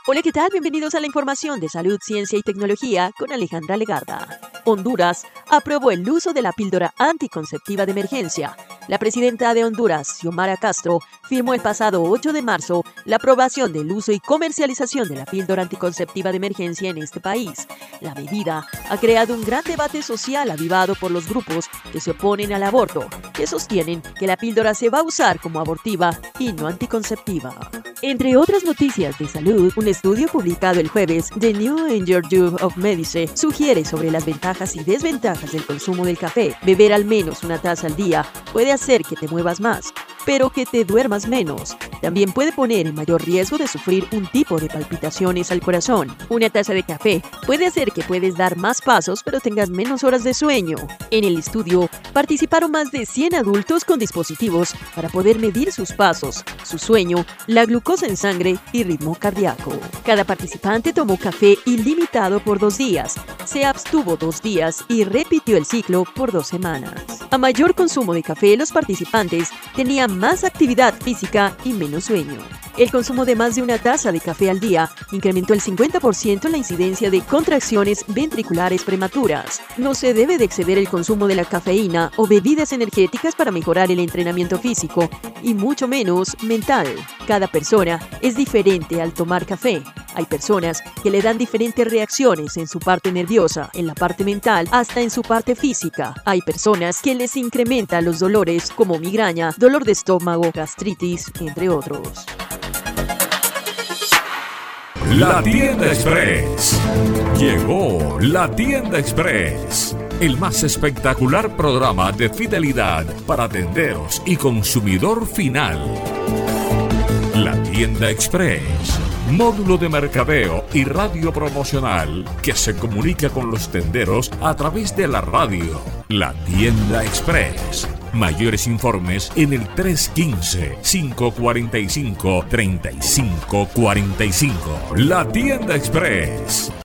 Hola, ¿qué tal? Bienvenidos a la información de salud, ciencia y tecnología con Alejandra Legarda. Honduras aprobó el uso de la píldora anticonceptiva de emergencia. La presidenta de Honduras, Xiomara Castro, firmó el pasado 8 de marzo la aprobación del uso y comercialización de la píldora anticonceptiva de emergencia en este país. La medida ha creado un gran debate social avivado por los grupos que se oponen al aborto, que sostienen que la píldora se va a usar como abortiva y no anticonceptiva. Entre otras noticias de salud, un estudio publicado el jueves de New England Journal of Medicine sugiere sobre las ventajas y desventajas del consumo del café. Beber al menos una taza al día puede hacer que te muevas más, pero que te duermas menos. También puede poner en mayor riesgo de sufrir un tipo de palpitaciones al corazón. Una taza de café puede hacer que puedes dar más pasos, pero tengas menos horas de sueño. En el estudio participaron más de 100 adultos con dispositivos para poder medir sus pasos, su sueño, la glucosa en sangre y ritmo cardíaco. Cada participante tomó café ilimitado por 2 días, se abstuvo 2 días y repitió el ciclo por 2 semanas. A mayor consumo de café, los participantes tenían más actividad física y menos sueño. El consumo de más de una taza de café al día incrementó el 50% la incidencia de contracciones ventriculares prematuras. No se debe de exceder el consumo de la cafeína o bebidas energéticas para mejorar el entrenamiento físico y mucho menos mental. Cada persona es diferente al tomar café. Hay personas que le dan diferentes reacciones en su parte nerviosa, en la parte mental, hasta en su parte física. Hay personas que les incrementa los dolores como migraña, dolor de estómago, gastritis, entre otros. La Tienda Express. Llegó La Tienda Express, el más espectacular programa de fidelidad para tenderos y consumidor final. La Tienda Express, módulo de mercadeo y radio promocional que se comunica con los tenderos a través de la radio. La Tienda Express. Mayores informes en el 315-545-3545. La Tienda Express.